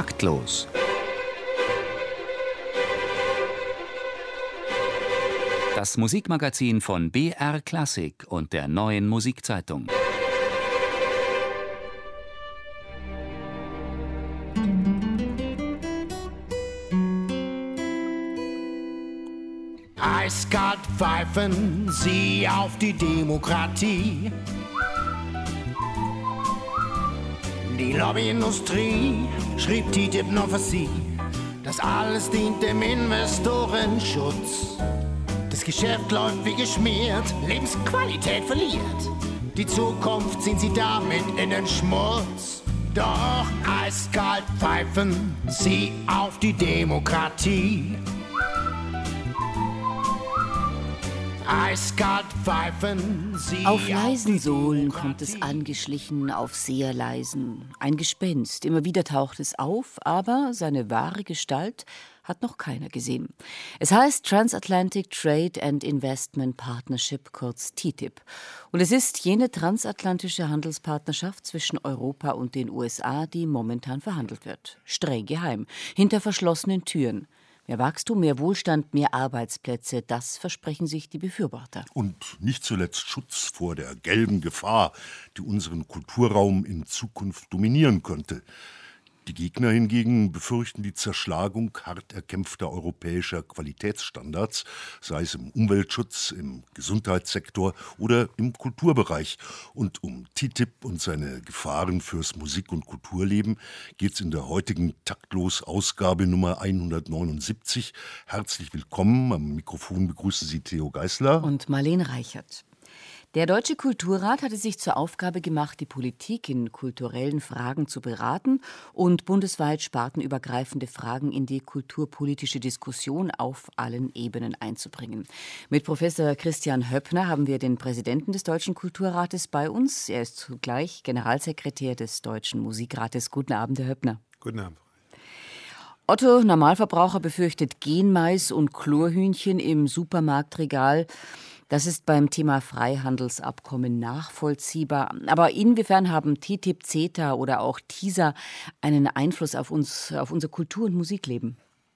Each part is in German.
Taktlos. Das Musikmagazin von BR Klassik und der Neuen Musikzeitung. Eiskalt pfeifen Sie auf die Demokratie. Die Lobbyindustrie schrieb TTIP nur für Sie. Das alles dient dem Investorenschutz. Das Geschäft läuft wie geschmiert, Lebensqualität verliert. Die Zukunft ziehen Sie damit in den Schmutz. Doch eiskalt pfeifen Sie auf die Demokratie. Eiskalt pfeifen Sie auf leisen Sohlen kommt es angeschlichen, auf sehr leisen. Ein Gespenst, immer wieder taucht es auf, aber seine wahre Gestalt hat noch keiner gesehen. Es heißt Transatlantic Trade and Investment Partnership, kurz TTIP. Und es ist jene transatlantische Handelspartnerschaft zwischen Europa und den USA, die momentan verhandelt wird. Streng geheim, hinter verschlossenen Türen. Mehr Wachstum, mehr Wohlstand, mehr Arbeitsplätze, das versprechen sich die Befürworter. Und nicht zuletzt Schutz vor der gelben Gefahr, die unseren Kulturraum in Zukunft dominieren könnte. Die Gegner hingegen befürchten die Zerschlagung hart erkämpfter europäischer Qualitätsstandards, sei es im Umweltschutz, im Gesundheitssektor oder im Kulturbereich. Und um TTIP und seine Gefahren fürs Musik- und Kulturleben geht es in der heutigen Taktlos-Ausgabe Nummer 179. Herzlich willkommen. Am Mikrofon begrüßen Sie Theo Geisler und Marlene Reichert. Der Deutsche Kulturrat hatte sich zur Aufgabe gemacht, die Politik in kulturellen Fragen zu beraten und bundesweit spartenübergreifende Fragen in die kulturpolitische Diskussion auf allen Ebenen einzubringen. Mit Professor Christian Höppner haben wir den Präsidenten des Deutschen Kulturrates bei uns. Er ist zugleich Generalsekretär des Deutschen Musikrates. Guten Abend, Herr Höppner. Guten Abend. Otto Normalverbraucher befürchtet Genmais und Chlorhühnchen im Supermarktregal. Das ist beim Thema Freihandelsabkommen nachvollziehbar. Aber inwiefern haben TTIP, CETA oder auch TISA einen Einfluss auf uns, auf unser Kultur- und Musikleben?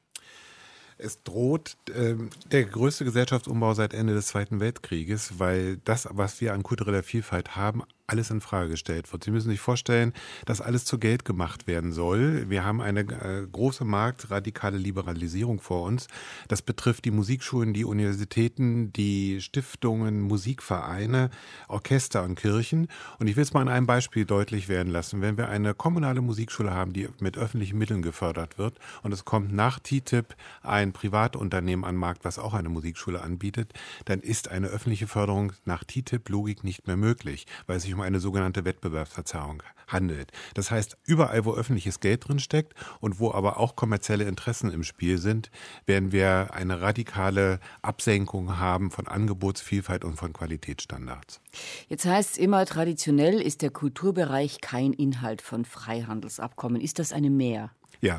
Es droht der größte Gesellschaftsumbau seit Ende des Zweiten Weltkrieges, weil das, was wir an kultureller Vielfalt haben, alles in Frage gestellt wird. Sie müssen sich vorstellen, dass alles zu Geld gemacht werden soll. Wir haben eine große marktradikale Liberalisierung vor uns. Das betrifft die Musikschulen, die Universitäten, die Stiftungen, Musikvereine, Orchester und Kirchen. Und ich will es mal an einem Beispiel deutlich werden lassen. Wenn wir eine kommunale Musikschule haben, die mit öffentlichen Mitteln gefördert wird und es kommt nach TTIP ein Privatunternehmen an den Markt, was auch eine Musikschule anbietet, dann ist eine öffentliche Förderung nach TTIP-Logik nicht mehr möglich, weil es sich um eine sogenannte Wettbewerbsverzerrung handelt. Das heißt, überall, wo öffentliches Geld drin steckt und wo aber auch kommerzielle Interessen im Spiel sind, werden wir eine radikale Absenkung haben von Angebotsvielfalt und von Qualitätsstandards. Jetzt heißt es immer, traditionell ist der Kulturbereich kein Inhalt von Freihandelsabkommen. Ist das eine Mehr? Ja,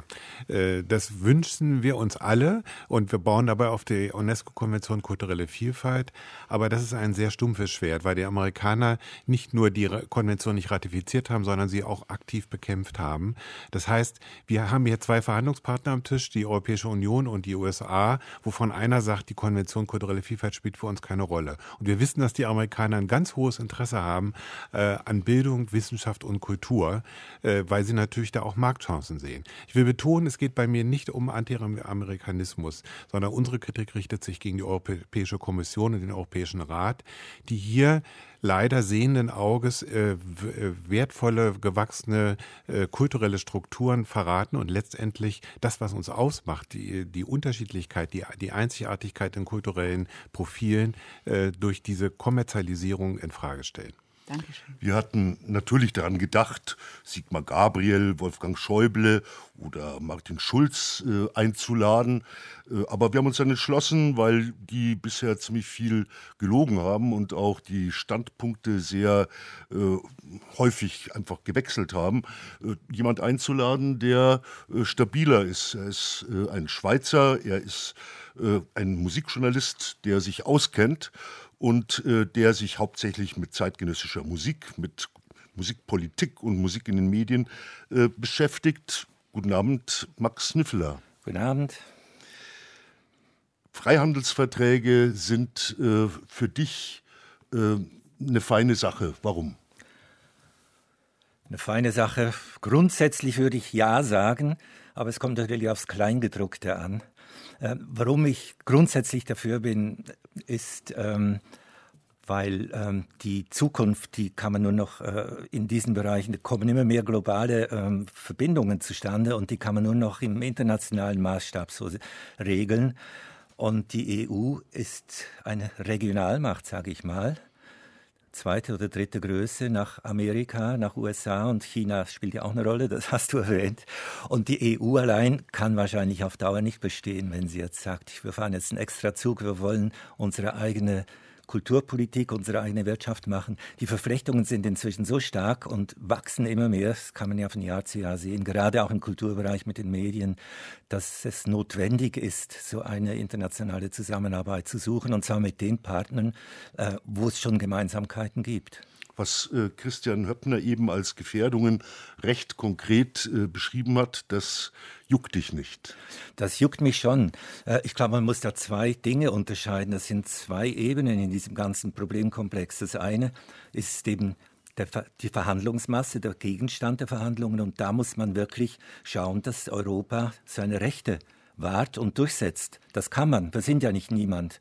das wünschen wir uns alle und wir bauen dabei auf die UNESCO-Konvention kulturelle Vielfalt. Aber das ist ein sehr stumpfes Schwert, weil die Amerikaner nicht nur die Konvention nicht ratifiziert haben, sondern sie auch aktiv bekämpft haben. Das heißt, wir haben hier zwei Verhandlungspartner am Tisch, die Europäische Union und die USA, wovon einer sagt, die Konvention kulturelle Vielfalt spielt für uns keine Rolle. Und wir wissen, dass die Amerikaner ein ganz hohes Interesse haben an Bildung, Wissenschaft und Kultur, weil sie natürlich da auch Marktchancen sehen. Ich will betonen, es geht bei mir nicht um Anti-Amerikanismus, sondern unsere Kritik richtet sich gegen die Europäische Kommission und den Europäischen Rat, die hier leider sehenden Auges wertvolle, gewachsene kulturelle Strukturen verraten und letztendlich das, was uns ausmacht, die Unterschiedlichkeit, die Einzigartigkeit in kulturellen Profilen durch diese Kommerzialisierung in Frage stellen. Dankeschön. Wir hatten natürlich daran gedacht, Sigmar Gabriel, Wolfgang Schäuble oder Martin Schulz einzuladen. Aber wir haben uns dann entschlossen, weil die bisher ziemlich viel gelogen haben und auch die Standpunkte sehr häufig einfach gewechselt haben, jemand einzuladen, der stabiler ist. Er ist ein Schweizer, er ist ein Musikjournalist, der sich auskennt und der sich hauptsächlich mit zeitgenössischer Musik, mit Musikpolitik und Musik in den Medien beschäftigt. Guten Abend, Max Niffeler. Guten Abend. Freihandelsverträge sind für dich eine feine Sache. Warum? Eine feine Sache. Grundsätzlich würde ich ja sagen, aber es kommt natürlich aufs Kleingedruckte an. Warum ich grundsätzlich dafür bin, ist, weil die Zukunft, die kann man nur noch in diesen Bereichen, da kommen immer mehr globale Verbindungen zustande und die kann man nur noch im internationalen Maßstab so regeln. Und die EU ist eine Regionalmacht, sage ich mal. Zweite oder dritte Größe nach Amerika, nach USA, und China spielt ja auch eine Rolle, das hast du erwähnt. Und die EU allein kann wahrscheinlich auf Dauer nicht bestehen, wenn sie jetzt sagt, wir fahren jetzt einen Extrazug, wir wollen unsere eigene Kulturpolitik, unsere eigene Wirtschaft machen. Die Verflechtungen sind inzwischen so stark und wachsen immer mehr, das kann man ja von Jahr zu Jahr sehen, gerade auch im Kulturbereich mit den Medien, dass es notwendig ist, so eine internationale Zusammenarbeit zu suchen, und zwar mit den Partnern, wo es schon Gemeinsamkeiten gibt. Was Christian Höppner eben als Gefährdungen recht konkret beschrieben hat, das juckt dich nicht. Das juckt mich schon. Ich glaube, man muss da zwei Dinge unterscheiden. Das sind zwei Ebenen in diesem ganzen Problemkomplex. Das eine ist eben die Verhandlungsmasse, der Gegenstand der Verhandlungen. Und da muss man wirklich schauen, dass Europa seine Rechte wahrt und durchsetzt. Das kann man. Wir sind ja nicht niemand.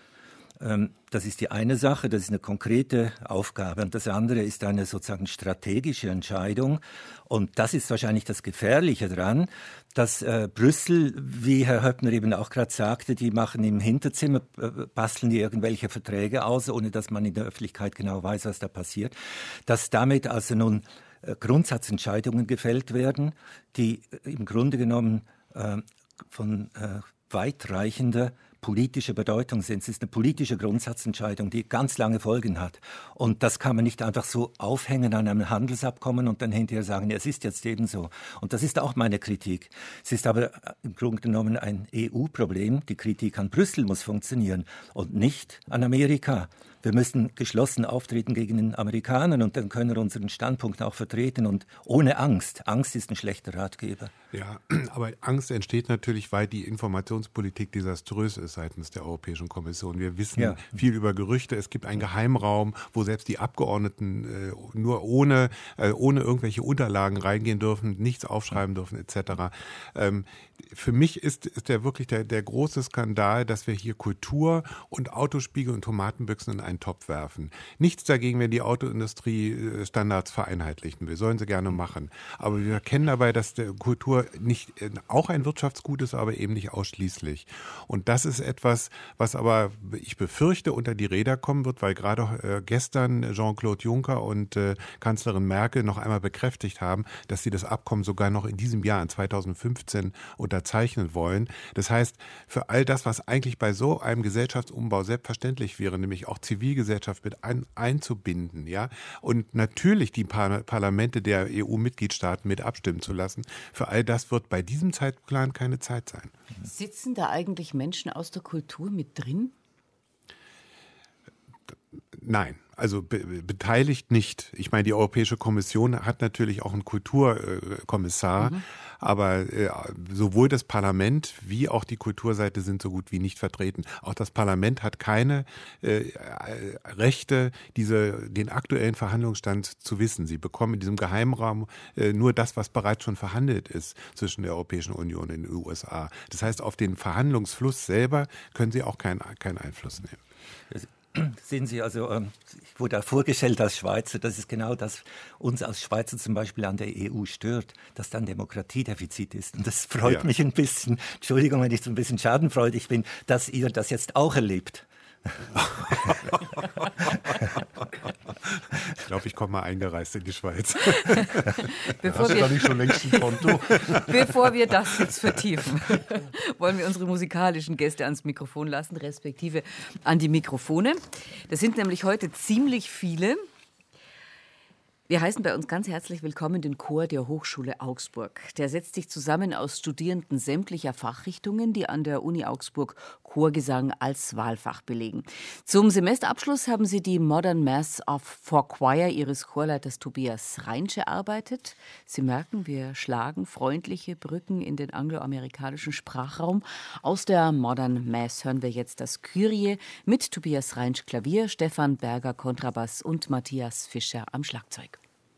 Das ist die eine Sache, das ist eine konkrete Aufgabe. Und das andere ist eine sozusagen strategische Entscheidung. Und das ist wahrscheinlich das Gefährliche daran, dass Brüssel, wie Herr Höppner eben auch gerade sagte, die machen im Hinterzimmer, basteln die irgendwelche Verträge aus, ohne dass man in der Öffentlichkeit genau weiß, was da passiert. Dass damit also nun Grundsatzentscheidungen gefällt werden, die im Grunde genommen von weitreichender politische Bedeutung sind. Es ist eine politische Grundsatzentscheidung, die ganz lange Folgen hat. Und das kann man nicht einfach so aufhängen an einem Handelsabkommen und dann hinterher sagen, ja, es ist jetzt eben so. Und das ist auch meine Kritik. Es ist aber im Grunde genommen ein EU-Problem. Die Kritik an Brüssel muss funktionieren und nicht an Amerika. Wir müssen geschlossen auftreten gegen den Amerikanern und dann können wir unseren Standpunkt auch vertreten und ohne Angst. Angst ist ein schlechter Ratgeber. Ja, aber Angst entsteht natürlich, weil die Informationspolitik desaströs ist seitens der Europäischen Kommission. Wir wissen viel über Gerüchte. Es gibt einen Geheimraum, wo selbst die Abgeordneten nur ohne irgendwelche Unterlagen reingehen dürfen, nichts aufschreiben dürfen etc. Für mich ist der wirklich der große Skandal, dass wir hier Kultur und Autospiegel und Tomatenbüchsen in einen Topf werfen. Nichts dagegen, wenn die Autoindustrie Standards vereinheitlichen will. Sollen sie gerne machen. Aber wir erkennen dabei, dass der Kultur nicht auch ein Wirtschaftsgut ist, aber eben nicht ausschließlich. Und das ist etwas, was aber, ich befürchte, unter die Räder kommen wird, weil gerade gestern Jean-Claude Juncker und Kanzlerin Merkel noch einmal bekräftigt haben, dass sie das Abkommen sogar noch in diesem Jahr, in 2015, unterzeichnen wollen. Das heißt, für all das, was eigentlich bei so einem Gesellschaftsumbau selbstverständlich wäre, nämlich auch Zivilgesellschaft mit einzubinden, ja, und natürlich die Parlamente der EU-Mitgliedstaaten mit abstimmen zu lassen, für all das wird bei diesem Zeitplan keine Zeit sein. Sitzen da eigentlich Menschen aus der Kultur mit drin? Nein, also beteiligt nicht. Ich meine, die Europäische Kommission hat natürlich auch einen Kulturkommissar, aber sowohl das Parlament wie auch die Kulturseite sind so gut wie nicht vertreten. Auch das Parlament hat keine Rechte, den aktuellen Verhandlungsstand zu wissen. Sie bekommen in diesem Geheimraum nur das, was bereits schon verhandelt ist zwischen der Europäischen Union und den USA. Das heißt, auf den Verhandlungsfluss selber können sie auch keinen Einfluss nehmen. Sehen Sie, also ich wurde da vorgestellt als Schweizer, das ist genau das, uns als Schweizer zum Beispiel an der EU stört, dass da ein Demokratiedefizit ist. Und das freut mich ein bisschen, Entschuldigung, wenn ich so ein bisschen schadenfreudig bin, dass ihr das jetzt auch erlebt. Ich glaube, ich komme mal eingereist in die Schweiz. Hast du da nicht schon längst ein Konto? Bevor wir das jetzt vertiefen, wollen wir unsere musikalischen Gäste ans Mikrofon lassen, respektive an die Mikrofone. Das sind nämlich heute ziemlich viele. Wir heißen bei uns ganz herzlich willkommen den Chor der Hochschule Augsburg. Der setzt sich zusammen aus Studierenden sämtlicher Fachrichtungen, die an der Uni Augsburg Chorgesang als Wahlfach belegen. Zum Semesterabschluss haben sie die Modern Mass for Choir ihres Chorleiters Tobias Reinsch erarbeitet. Sie merken, wir schlagen freundliche Brücken in den angloamerikanischen Sprachraum. Aus der Modern Mass hören wir jetzt das Kyrie mit Tobias Reinsch Klavier, Stefan Berger Kontrabass und Matthias Fischer am Schlagzeug.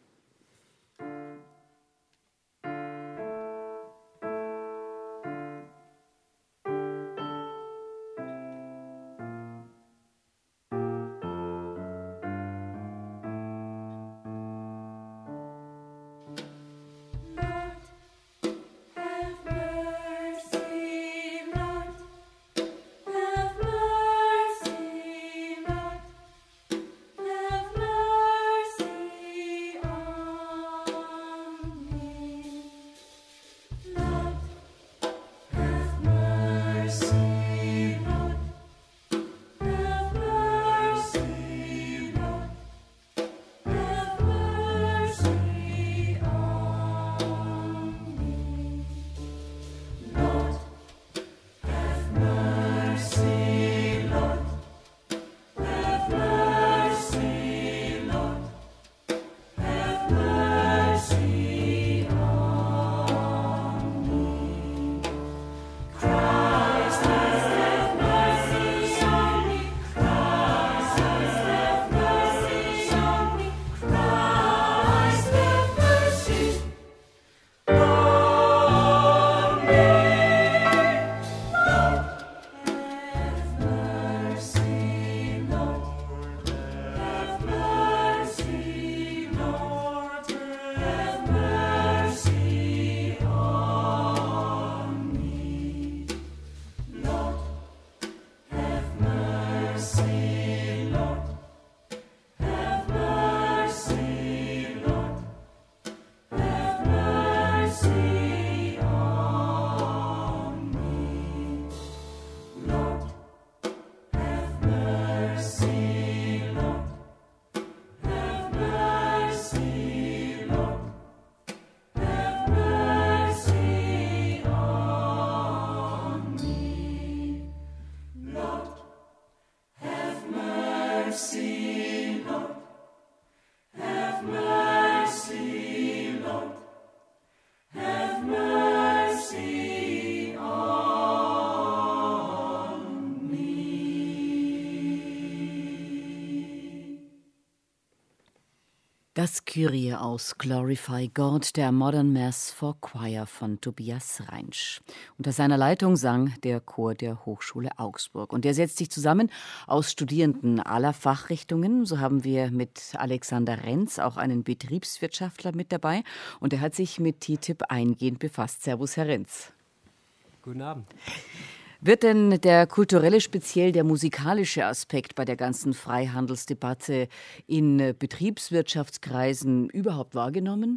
Das Kyrie aus Glorify God, der Modern Mass for Choir von Tobias Reinsch. Unter seiner Leitung sang der Chor der Hochschule Augsburg. Und der setzt sich zusammen aus Studierenden aller Fachrichtungen. So haben wir mit Alexander Renz auch einen Betriebswirtschaftler mit dabei. Und er hat sich mit TTIP eingehend befasst. Servus, Herr Renz. Guten Abend. Wird denn der kulturelle, speziell der musikalische Aspekt bei der ganzen Freihandelsdebatte in Betriebswirtschaftskreisen überhaupt wahrgenommen?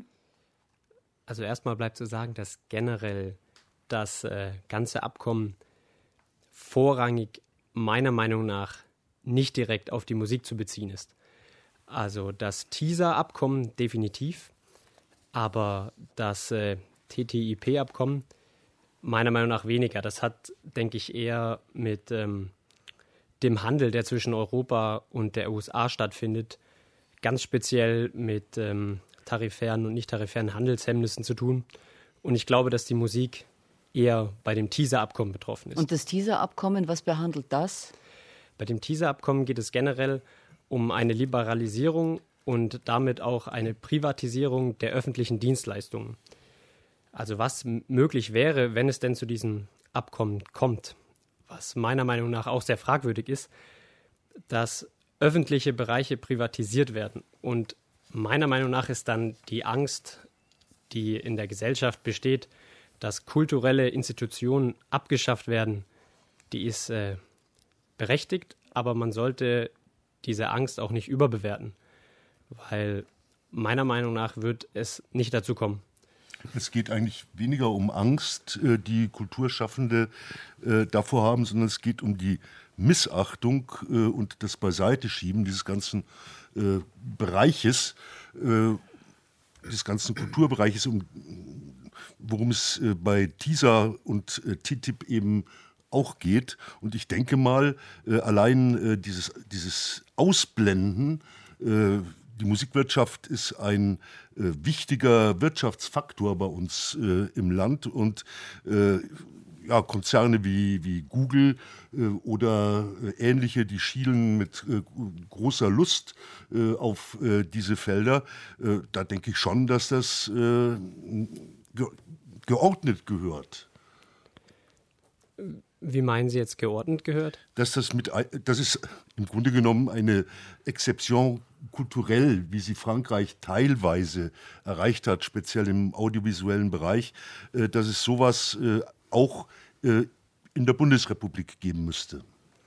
Also erstmal bleibt zu sagen, dass generell das ganze Abkommen vorrangig meiner Meinung nach nicht direkt auf die Musik zu beziehen ist. Also das TISA-Abkommen definitiv, aber das TTIP-Abkommen meiner Meinung nach weniger. Das hat, denke ich, eher mit dem Handel, der zwischen Europa und der USA stattfindet, ganz speziell mit tarifären und nicht tarifären Handelshemmnissen zu tun. Und ich glaube, dass die Musik eher bei dem TISA-Abkommen betroffen ist. Und das TISA-Abkommen, was behandelt das? Bei dem TISA-Abkommen geht es generell um eine Liberalisierung und damit auch eine Privatisierung der öffentlichen Dienstleistungen. Also was möglich wäre, wenn es denn zu diesem Abkommen kommt, was meiner Meinung nach auch sehr fragwürdig ist, dass öffentliche Bereiche privatisiert werden. Und meiner Meinung nach ist dann die Angst, die in der Gesellschaft besteht, dass kulturelle Institutionen abgeschafft werden, die ist berechtigt, aber man sollte diese Angst auch nicht überbewerten, weil meiner Meinung nach wird es nicht dazu kommen. Es geht eigentlich weniger um Angst, die Kulturschaffende davor haben, sondern es geht um die Missachtung und das Beiseiteschieben dieses ganzen Bereiches des ganzen Kulturbereiches, worum es bei TISA und TTIP eben auch geht. Und ich denke mal, allein dieses Ausblenden, die Musikwirtschaft ist ein wichtiger Wirtschaftsfaktor bei uns im Land und Konzerne wie Google oder ähnliche, die schielen mit großer Lust auf diese Felder. Da denke ich schon, dass das geordnet gehört. Wie meinen Sie jetzt geordnet gehört? Das ist im Grunde genommen eine Exception kulturell, wie sie Frankreich teilweise erreicht hat, speziell im audiovisuellen Bereich, dass es sowas auch in der Bundesrepublik geben müsste.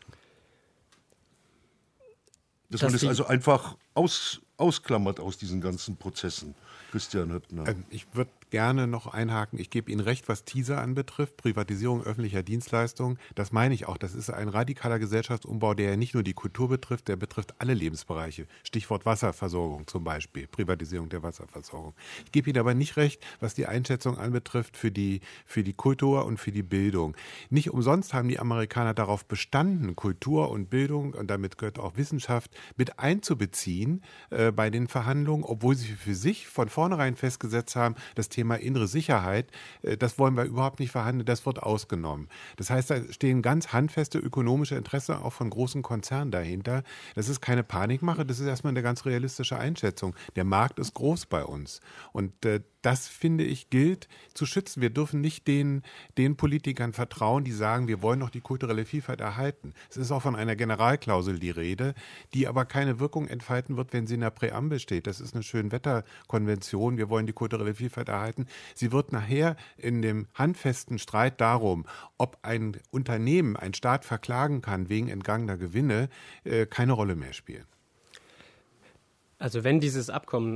Dass man das also einfach ausklammert aus diesen ganzen Prozessen. Christian Höppner. Ich würde gerne noch einhaken. Ich gebe Ihnen recht, was TISA anbetrifft, Privatisierung öffentlicher Dienstleistungen. Das meine ich auch. Das ist ein radikaler Gesellschaftsumbau, der ja nicht nur die Kultur betrifft, der betrifft alle Lebensbereiche. Stichwort Wasserversorgung zum Beispiel, Privatisierung der Wasserversorgung. Ich gebe Ihnen aber nicht recht, was die Einschätzung anbetrifft für die Kultur und für die Bildung. Nicht umsonst haben die Amerikaner darauf bestanden, Kultur und Bildung, und damit gehört auch Wissenschaft, mit einzubeziehen bei den Verhandlungen, obwohl sie für sich von vornherein festgesetzt haben, das Thema innere Sicherheit, das wollen wir überhaupt nicht verhandeln, das wird ausgenommen. Das heißt, da stehen ganz handfeste ökonomische Interessen auch von großen Konzernen dahinter. Das ist keine Panikmache, das ist erstmal eine ganz realistische Einschätzung. Der Markt ist groß bei uns und das, finde ich, gilt zu schützen. Wir dürfen nicht den Politikern vertrauen, die sagen, wir wollen noch die kulturelle Vielfalt erhalten. Es ist auch von einer Generalklausel die Rede, die aber keine Wirkung entfalten wird, wenn sie in der Präambel steht. Das ist eine Schönwetterkonvention, wir wollen die kulturelle Vielfalt erhalten. Sie wird nachher in dem handfesten Streit darum, ob ein Unternehmen, ein Staat verklagen kann wegen entgangener Gewinne, keine Rolle mehr spielen. Also wenn dieses Abkommen,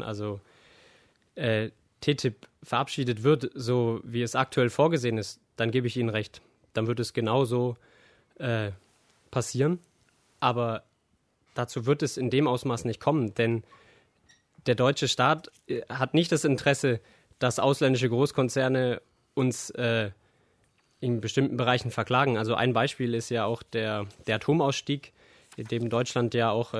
TTIP verabschiedet wird, so wie es aktuell vorgesehen ist, dann gebe ich Ihnen recht. Dann wird es genauso passieren. Aber dazu wird es in dem Ausmaß nicht kommen, denn der deutsche Staat hat nicht das Interesse, dass ausländische Großkonzerne uns in bestimmten Bereichen verklagen. Also ein Beispiel ist ja auch der Atomausstieg, in dem Deutschland ja auch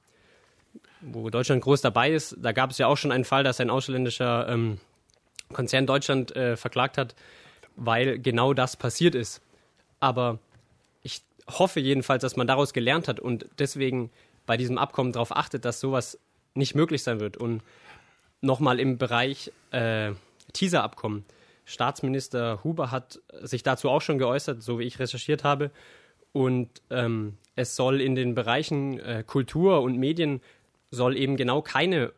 wo Deutschland groß dabei ist. Da gab es ja auch schon einen Fall, dass ein ausländischer Konzern Deutschland verklagt hat, weil genau das passiert ist. Aber ich hoffe jedenfalls, dass man daraus gelernt hat und deswegen bei diesem Abkommen darauf achtet, dass sowas nicht möglich sein wird. Und nochmal im Bereich TISA-Abkommen. Staatsminister Huber hat sich dazu auch schon geäußert, so wie ich recherchiert habe. Und es soll in den Bereichen Kultur und Medien soll eben genau keine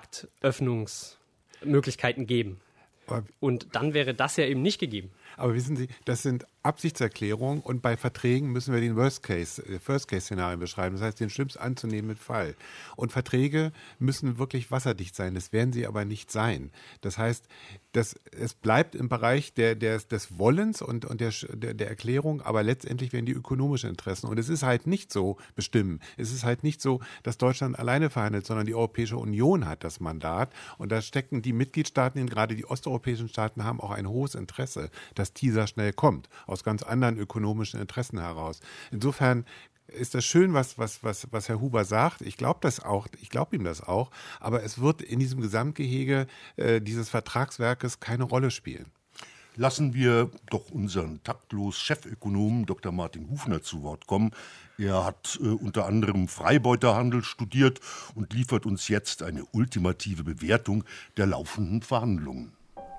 Marktöffnungsmöglichkeiten geben. Und dann wäre das ja eben nicht gegeben. Aber wissen Sie, das sind Absichtserklärungen und bei Verträgen müssen wir den First-Case-Szenarien beschreiben, das heißt den schlimmst anzunehmenden Fall. Und Verträge müssen wirklich wasserdicht sein, das werden sie aber nicht sein. Das heißt, es bleibt im Bereich des Wollens und der Erklärung, aber letztendlich werden die ökonomischen Interessen. Und es ist halt nicht so bestimmen. Es ist halt nicht so, dass Deutschland alleine verhandelt, sondern die Europäische Union hat das Mandat. Und da stecken die Mitgliedstaaten, gerade die osteuropäischen Staaten, haben auch ein hohes Interesse, dass TISA schnell kommt, aus ganz anderen ökonomischen Interessen heraus. Insofern ist das schön, was Herr Huber sagt. Ich glaube ihm das auch, aber es wird in diesem Gesamtgehege dieses Vertragswerkes keine Rolle spielen. Lassen wir doch unseren taktlos Chefökonomen Dr. Martin Hufner zu Wort kommen. Er hat unter anderem Freibeuterhandel studiert und liefert uns jetzt eine ultimative Bewertung der laufenden Verhandlungen.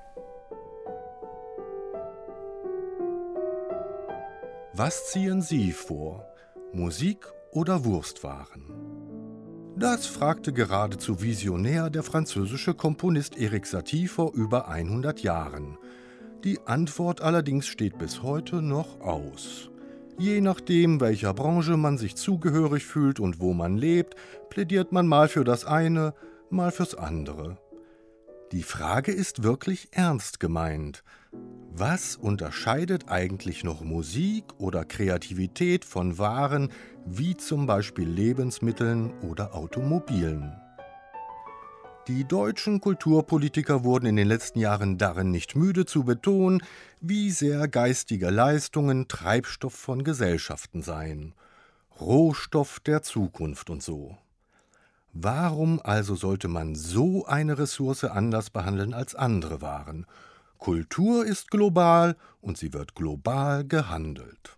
Was ziehen Sie vor? Musik oder Wurstwaren? Das fragte geradezu visionär der französische Komponist Erik Satie vor über 100 Jahren. Die Antwort allerdings steht bis heute noch aus. Je nachdem, welcher Branche man sich zugehörig fühlt und wo man lebt, plädiert man mal für das eine, mal fürs andere. Die Frage ist wirklich ernst gemeint. Was unterscheidet eigentlich noch Musik oder Kreativität von Waren wie zum Beispiel Lebensmitteln oder Automobilen? Die deutschen Kulturpolitiker wurden in den letzten Jahren darin nicht müde zu betonen, wie sehr geistige Leistungen Treibstoff von Gesellschaften seien. Rohstoff der Zukunft und so. Warum also sollte man so eine Ressource anders behandeln als andere Waren? Kultur ist global und sie wird global gehandelt.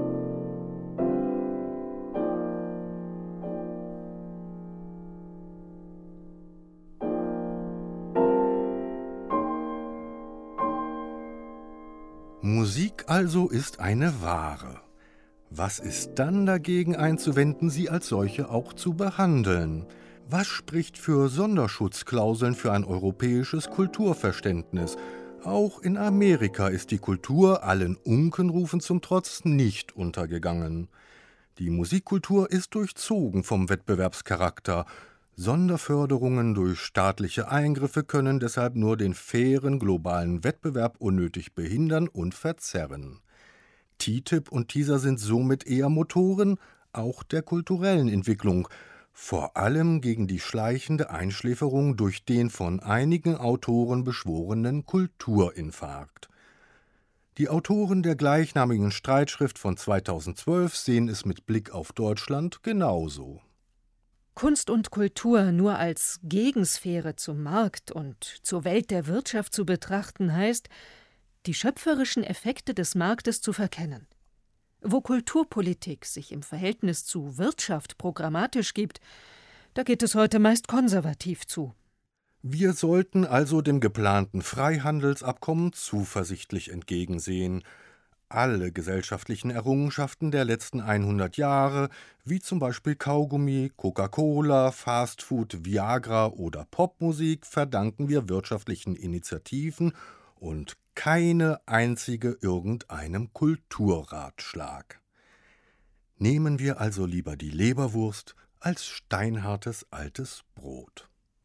Musik also ist eine Ware. Was ist dann dagegen einzuwenden, sie als solche auch zu behandeln? Was spricht für Sonderschutzklauseln für ein europäisches Kulturverständnis? Auch in Amerika ist die Kultur allen Unkenrufen zum Trotz nicht untergegangen. Die Musikkultur ist durchzogen vom Wettbewerbscharakter. Sonderförderungen durch staatliche Eingriffe können deshalb nur den fairen globalen Wettbewerb unnötig behindern und verzerren. TTIP und TISA sind somit eher Motoren, auch der kulturellen Entwicklung, vor allem gegen die schleichende Einschläferung durch den von einigen Autoren beschworenen Kulturinfarkt. Die Autoren der gleichnamigen Streitschrift von 2012 sehen es mit Blick auf Deutschland genauso. Kunst und Kultur nur als Gegensphäre zum Markt und zur Welt der Wirtschaft zu betrachten, heißt, die schöpferischen Effekte des Marktes zu verkennen. Wo Kulturpolitik sich im Verhältnis zu Wirtschaft programmatisch gibt, da geht es heute meist konservativ zu. Wir sollten also dem geplanten Freihandelsabkommen zuversichtlich entgegensehen. Alle gesellschaftlichen Errungenschaften der letzten 100 Jahre, wie zum Beispiel Kaugummi, Coca-Cola, Fastfood, Viagra oder Popmusik, verdanken wir wirtschaftlichen Initiativen und keine einzige irgendeinem Kulturratschlag. Nehmen wir also lieber die Leberwurst als steinhartes altes Brot.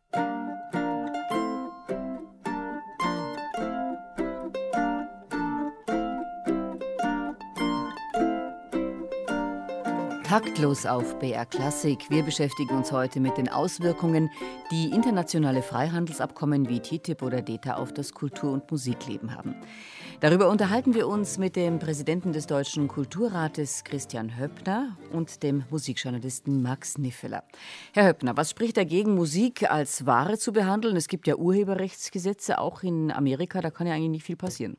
Taktlos auf BR Klassik. Wir beschäftigen uns heute mit den Auswirkungen, die internationale Freihandelsabkommen wie TTIP oder DETA auf das Kultur- und Musikleben haben. Darüber unterhalten wir uns mit dem Präsidenten des Deutschen Kulturrates Christian Höppner und dem Musikjournalisten Max Niffeler. Herr Höppner, was spricht dagegen, Musik als Ware zu behandeln? Es gibt ja Urheberrechtsgesetze, auch in Amerika, da kann ja eigentlich nicht viel passieren.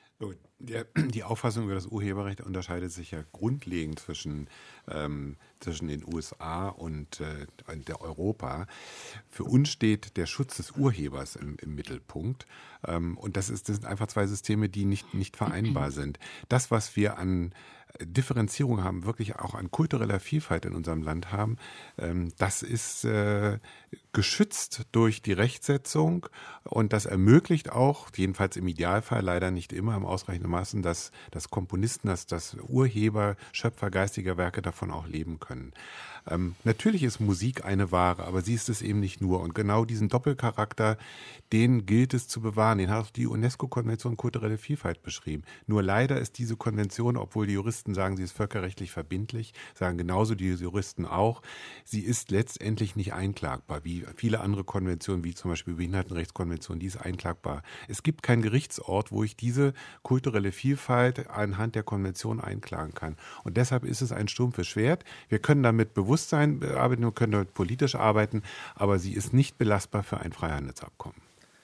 Die Auffassung über das Urheberrecht unterscheidet sich ja grundlegend zwischen den USA und der Europa. Für uns steht der Schutz des Urhebers im Mittelpunkt. Und das sind einfach zwei Systeme, die nicht vereinbar sind. Das, was wir an Differenzierung haben, wirklich auch an kultureller Vielfalt in unserem Land haben, das ist geschützt durch die Rechtsetzung und das ermöglicht auch, jedenfalls im Idealfall, leider nicht immer im ausreichenden Maßen, dass Komponisten, dass Urheber, Schöpfer geistiger Werke davon auch leben können. Natürlich ist Musik eine Ware, aber sie ist es eben nicht nur. Und genau diesen Doppelcharakter, den gilt es zu bewahren. Den hat auch die UNESCO-Konvention kulturelle Vielfalt beschrieben. Nur leider ist diese Konvention, obwohl die Juristen sagen, sie ist völkerrechtlich verbindlich, sagen genauso die Juristen auch, sie ist letztendlich nicht einklagbar, wie viele andere Konventionen, wie zum Beispiel die Behindertenrechtskonvention, die ist einklagbar. Es gibt keinen Gerichtsort, wo ich diese kulturelle Vielfalt anhand der Konvention einklagen kann. Und deshalb ist es ein stumpfes Schwert. Wir können damit Bewusstsein bearbeiten, wir können damit politisch arbeiten, aber sie ist nicht belastbar für ein Freihandelsabkommen.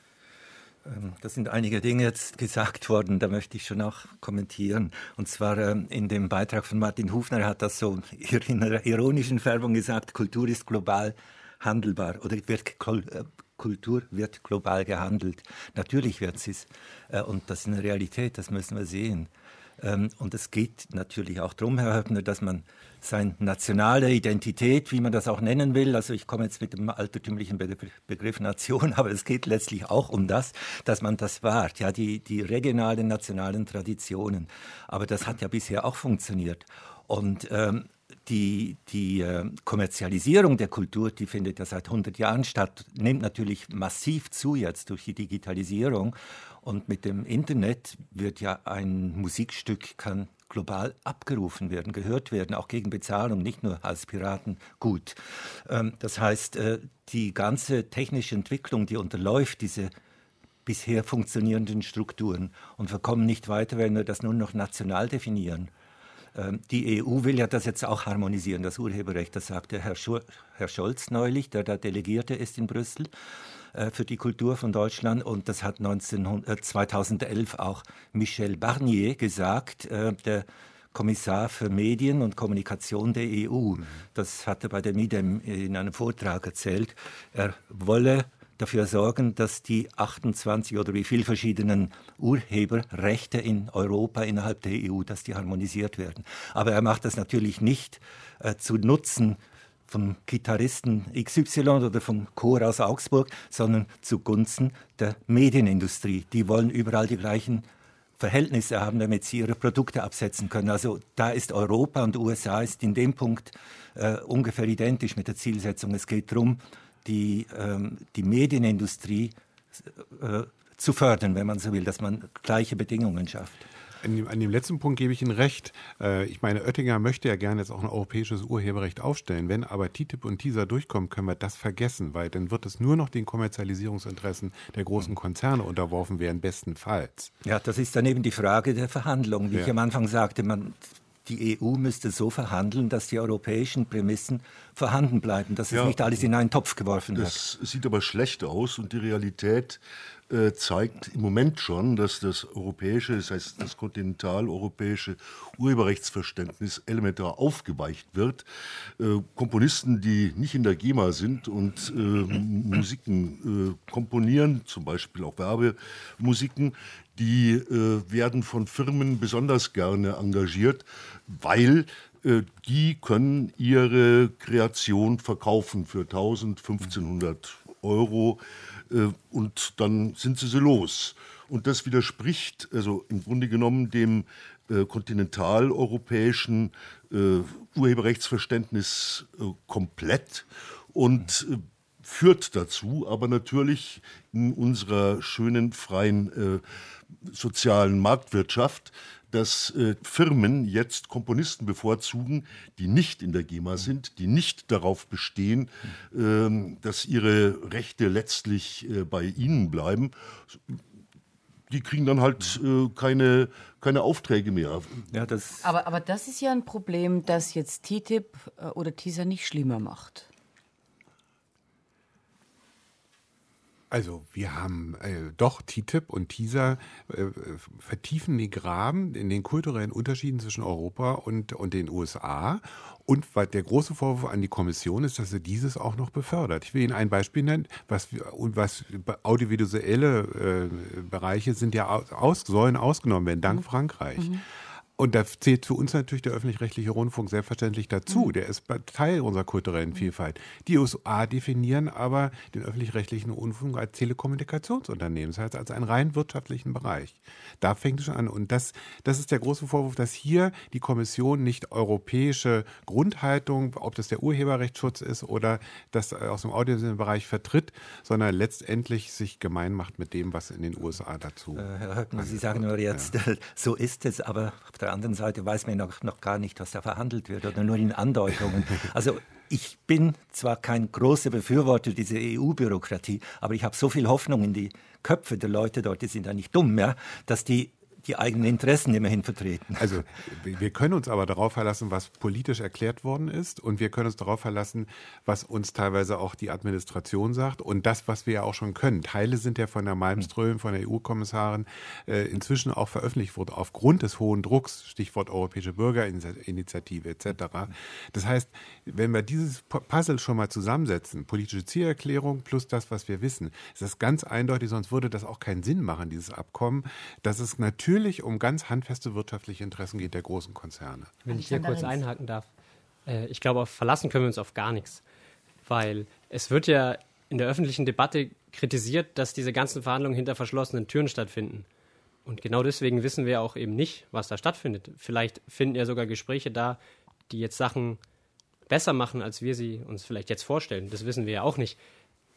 Da sind einige Dinge jetzt gesagt worden, da möchte ich schon auch kommentieren. Und zwar in dem Beitrag von Martin Hufner hat das so in einer ironischen Färbung gesagt, Kultur ist global handelbar oder Kultur wird global gehandelt. Natürlich wird sie es und das ist eine Realität, das müssen wir sehen. Und es geht natürlich auch darum, Herr Höppner, dass man seine nationale Identität, wie man das auch nennen will, also ich komme jetzt mit dem altertümlichen Begriff Nation, aber es geht letztlich auch um das, dass man das wahrt, ja, die regionalen, nationalen Traditionen. Aber das hat ja bisher auch funktioniert. Und die Kommerzialisierung der Kultur, die findet ja seit 100 Jahren statt, nimmt natürlich massiv zu jetzt durch die Digitalisierung. Und mit dem Internet wird ja ein Musikstück kann global abgerufen werden, gehört werden, auch gegen Bezahlung, nicht nur als Piratengut. Das heißt, die ganze technische Entwicklung, die unterläuft diese bisher funktionierenden Strukturen. Und wir kommen nicht weiter, wenn wir das nur noch national definieren. Die EU will ja das jetzt auch harmonisieren, das Urheberrecht. Das sagte Herr Scholz neulich, der da Delegierte ist in Brüssel für die Kultur von Deutschland. Und das hat 2011 auch Michel Barnier gesagt, der Kommissar für Medien und Kommunikation der EU. Das hat er bei der MIDEM in einem Vortrag erzählt. Er wolle dafür sorgen, dass die 28 oder wie viel verschiedenen Urheberrechte in Europa innerhalb der EU, dass die harmonisiert werden. Aber er macht das natürlich nicht zu Nutzen vom Gitarristen XY oder vom Chor aus Augsburg, sondern zugunsten der Medienindustrie. Die wollen überall die gleichen Verhältnisse haben, damit sie ihre Produkte absetzen können. Also da ist Europa und USA ist in dem Punkt ungefähr identisch mit der Zielsetzung. Es geht darum, die Medienindustrie zu fördern, wenn man so will, dass man gleiche Bedingungen schafft. An dem letzten Punkt gebe ich Ihnen recht. Ich meine, Oettinger möchte ja gerne jetzt auch ein europäisches Urheberrecht aufstellen. Wenn aber TTIP und TISA durchkommen, können wir das vergessen, weil dann wird es nur noch den Kommerzialisierungsinteressen der großen Konzerne unterworfen werden, bestenfalls. Ja, das ist dann eben die Frage der Verhandlungen. Wie ich am Anfang sagte, die EU müsste so verhandeln, dass die europäischen Prämissen vorhanden bleiben, dass es nicht alles in einen Topf geworfen wird. Das sieht aber schlecht aus und die Realität zeigt im Moment schon, dass das europäische, das heißt das kontinentaleuropäische Urheberrechtsverständnis elementar aufgeweicht wird. Komponisten, die nicht in der GEMA sind und Musiken komponieren, zum Beispiel auch Werbemusiken, die werden von Firmen besonders gerne engagiert, weil die können ihre Kreation verkaufen für 1.000, 1.500 Euro und dann sind sie los. Und das widerspricht also im Grunde genommen dem kontinentaleuropäischen Urheberrechtsverständnis komplett und führt dazu, aber natürlich in unserer schönen, freien sozialen Marktwirtschaft, dass Firmen jetzt Komponisten bevorzugen, die nicht in der GEMA sind, die nicht darauf bestehen, dass ihre Rechte letztlich bei ihnen bleiben. Die kriegen dann halt keine Aufträge mehr. Ja, aber das ist ja ein Problem, das jetzt TTIP oder TISA nicht schlimmer macht. Also wir haben doch TTIP und TISA vertiefen die Graben in den kulturellen Unterschieden zwischen Europa und den USA. Und der große Vorwurf an die Kommission ist, dass sie dieses auch noch befördert. Ich will Ihnen ein Beispiel nennen, was audiovisuelle Bereiche sind ja sollen ausgenommen werden, dank Frankreich. Und da zählt für uns natürlich der öffentlich-rechtliche Rundfunk selbstverständlich dazu. Der ist Teil unserer kulturellen Vielfalt. Die USA definieren aber den öffentlich-rechtlichen Rundfunk als Telekommunikationsunternehmen, das heißt als einen rein wirtschaftlichen Bereich. Da fängt es schon an. Und das ist der große Vorwurf, dass hier die Kommission nicht europäische Grundhaltung, ob das der Urheberrechtsschutz ist oder das aus dem audiovisuellen Bereich vertritt, sondern letztendlich sich gemein macht mit dem, was in den USA dazu. Herr Höckner, Sie sagen nur jetzt, so ist es, aber auf der anderen Seite weiß man noch gar nicht, was da verhandelt wird oder nur in Andeutungen. Also ich bin zwar kein großer Befürworter dieser EU-Bürokratie, aber ich habe so viel Hoffnung in die Köpfe der Leute dort, die sind ja nicht dumm, ja, dass die eigenen Interessen immerhin vertreten. Also wir können uns aber darauf verlassen, was politisch erklärt worden ist und wir können uns darauf verlassen, was uns teilweise auch die Administration sagt und das, was wir ja auch schon können. Teile sind ja von der Malmström, von der EU-Kommissarin inzwischen auch veröffentlicht worden, aufgrund des hohen Drucks, Stichwort Europäische Bürgerinitiative etc. Das heißt, wenn wir dieses Puzzle schon mal zusammensetzen, politische Zielerklärung plus das, was wir wissen, ist das ganz eindeutig, sonst würde das auch keinen Sinn machen, dieses Abkommen, dass es natürlich um ganz handfeste wirtschaftliche Interessen geht der großen Konzerne. Wenn ich hier kurz einhaken darf. Ich glaube, verlassen können wir uns auf gar nichts. Weil es wird ja in der öffentlichen Debatte kritisiert, dass diese ganzen Verhandlungen hinter verschlossenen Türen stattfinden. Und genau deswegen wissen wir auch eben nicht, was da stattfindet. Vielleicht finden ja sogar Gespräche da, die jetzt Sachen besser machen, als wir sie uns vielleicht jetzt vorstellen. Das wissen wir ja auch nicht.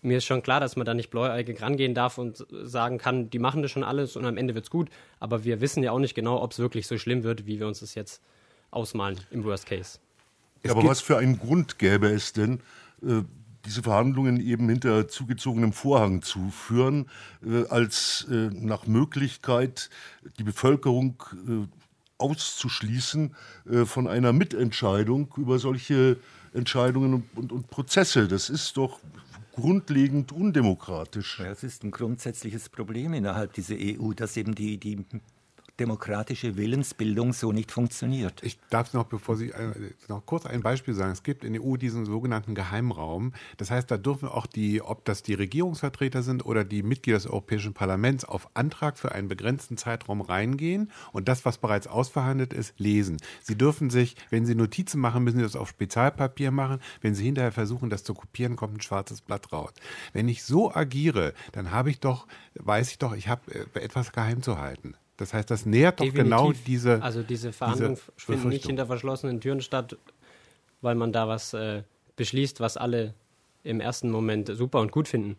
mir ist schon klar, dass man da nicht blauäugig rangehen darf und sagen kann, die machen das schon alles und am Ende wird's gut. Aber wir wissen ja auch nicht genau, ob es wirklich so schlimm wird, wie wir uns das jetzt ausmalen im Worst Case. Ja, aber was für einen Grund gäbe es denn, diese Verhandlungen eben hinter zugezogenem Vorhang zu führen, als nach Möglichkeit die Bevölkerung auszuschließen von einer Mitentscheidung über solche Entscheidungen und Prozesse? Das ist doch grundlegend undemokratisch. Ja, es ist ein grundsätzliches Problem innerhalb dieser EU, dass eben die demokratische Willensbildung so nicht funktioniert. Ich darf noch, bevor Sie noch kurz ein Beispiel sagen. Es gibt in der EU diesen sogenannten Geheimraum. Das heißt, da dürfen auch ob das die Regierungsvertreter sind oder die Mitglieder des Europäischen Parlaments, auf Antrag für einen begrenzten Zeitraum reingehen und das, was bereits ausverhandelt ist, lesen. Sie dürfen sich, wenn Sie Notizen machen, müssen Sie das auf Spezialpapier machen. Wenn Sie hinterher versuchen, das zu kopieren, kommt ein schwarzes Blatt raus. Wenn ich so agiere, dann weiß ich doch, ich habe etwas geheim zu halten. Das heißt, das nährt doch genau diese... Also diese Verhandlungen finden nicht hinter verschlossenen Türen statt, weil man da was beschließt, was alle im ersten Moment super und gut finden.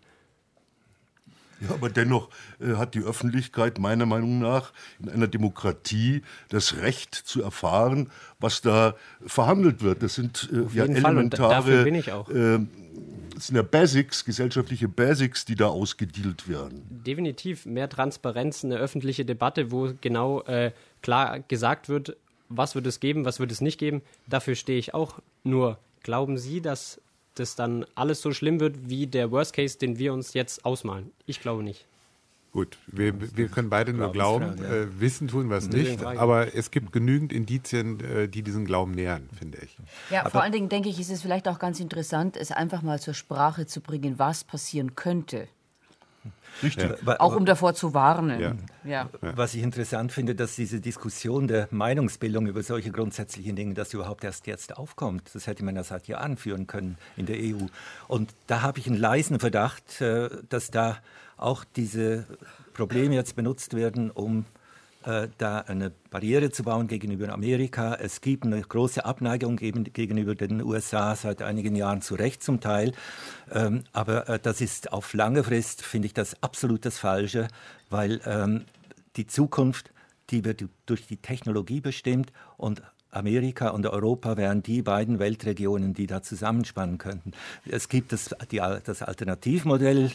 Ja, aber dennoch hat die Öffentlichkeit meiner Meinung nach in einer Demokratie das Recht zu erfahren, was da verhandelt wird. Das sind elementare... Dafür bin ich auch. Das sind ja Basics, gesellschaftliche Basics, die da ausgedealt werden. Definitiv mehr Transparenz, eine öffentliche Debatte, wo genau klar gesagt wird, was wird es geben, was wird es nicht geben. Dafür stehe ich auch. Nur glauben Sie, dass das dann alles so schlimm wird wie der Worst Case, den wir uns jetzt ausmalen? Ich glaube nicht. Gut, wir können beide nur glauben, wissen tun wir es nicht, aber es gibt genügend Indizien, die diesen Glauben nähern, finde ich. Ja, aber vor allen Dingen denke ich, ist es vielleicht auch ganz interessant, es einfach mal zur Sprache zu bringen, was passieren könnte. Richtig. Ja. Auch um davor zu warnen. Ja. Ja. Was ich interessant finde, dass diese Diskussion der Meinungsbildung über solche grundsätzlichen Dinge, dass überhaupt erst jetzt aufkommt. Das hätte man ja seit Jahren führen können in der EU. Und da habe ich einen leisen Verdacht, dass da auch diese Probleme jetzt benutzt werden, um da eine Barriere zu bauen gegenüber Amerika. Es gibt eine große Abneigung gegenüber den USA seit einigen Jahren, zu Recht zum Teil. Aber das ist auf lange Frist, finde ich, das absolut das Falsche, weil die Zukunft, die wird durch die Technologie bestimmt und Amerika und Europa wären die beiden Weltregionen, die da zusammenspannen könnten. Es gibt das Alternativmodell,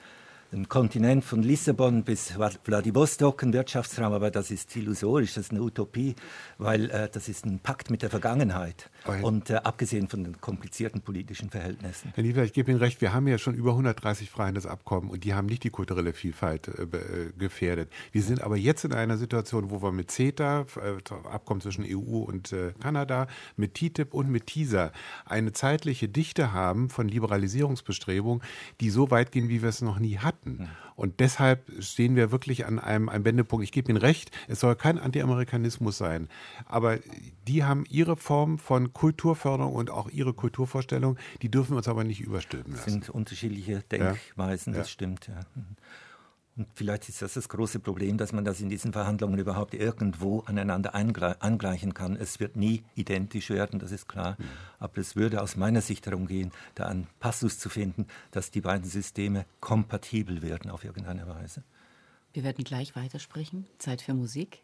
ein Kontinent von Lissabon bis Vladivostok, ein Wirtschaftsraum, aber das ist illusorisch, das ist eine Utopie, weil das ist ein Pakt mit der Vergangenheit und abgesehen von den komplizierten politischen Verhältnissen. Herr Niebler, ich gebe Ihnen recht, wir haben ja schon über 130 Freihandelsabkommen und die haben nicht die kulturelle Vielfalt gefährdet. Wir sind aber jetzt in einer Situation, wo wir mit CETA, Abkommen zwischen EU und Kanada, mit TTIP und mit TISA eine zeitliche Dichte haben von Liberalisierungsbestrebungen, die so weit gehen, wie wir es noch nie hatten. Und deshalb stehen wir wirklich an einem Wendepunkt. Ich gebe Ihnen recht, es soll kein Anti-Amerikanismus sein. Aber die haben ihre Form von Kulturförderung und auch ihre Kulturvorstellung, die dürfen wir uns aber nicht überstülpen lassen. Das sind unterschiedliche Denkweisen, das stimmt. Ja. Und vielleicht ist das große Problem, dass man das in diesen Verhandlungen überhaupt irgendwo aneinander angleichen kann. Es wird nie identisch werden, das ist klar. Aber es würde aus meiner Sicht darum gehen, da einen Passus zu finden, dass die beiden Systeme kompatibel werden auf irgendeine Weise. Wir werden gleich weitersprechen. Zeit für Musik.